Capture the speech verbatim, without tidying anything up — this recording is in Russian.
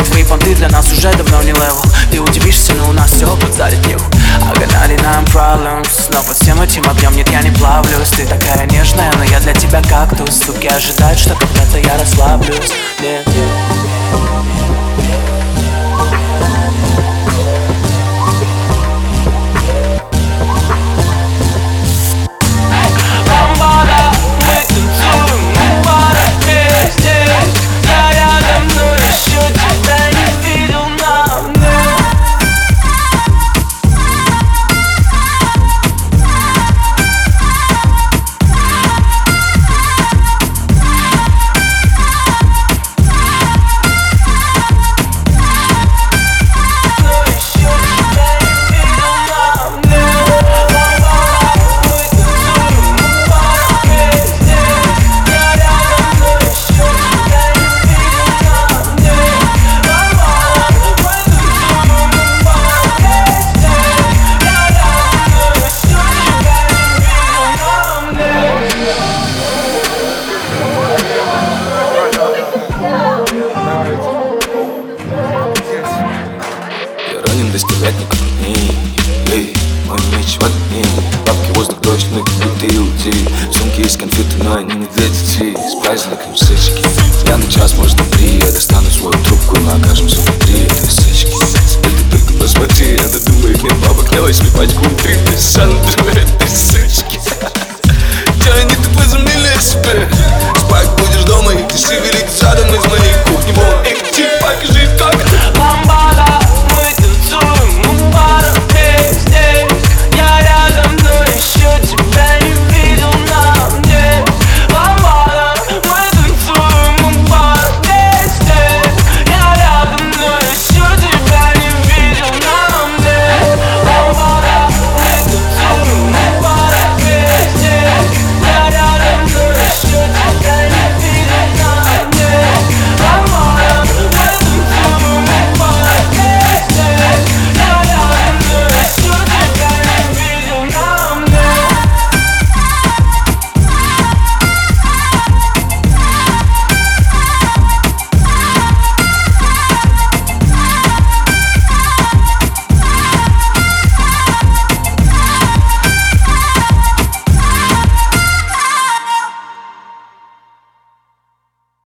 твои понты для нас уже давно не левел. Ты удивишься, но у нас все под заднюх. А гоняли нам problems, но под всем этим огнем нет, я не плавлюсь. Ты такая нежная, но я для тебя кактус. Суки ожидают, что когда-то я расслаблюсь. Нет, бескилетник, эй, эй, мой меч в огне. Бабки, воздух, дождь, мы как будто иудеи. В сумке есть конфеты, но они не для детей. С праздником сычки, я на час, может на три. Я достану свою трубку, мы окажемся внутри.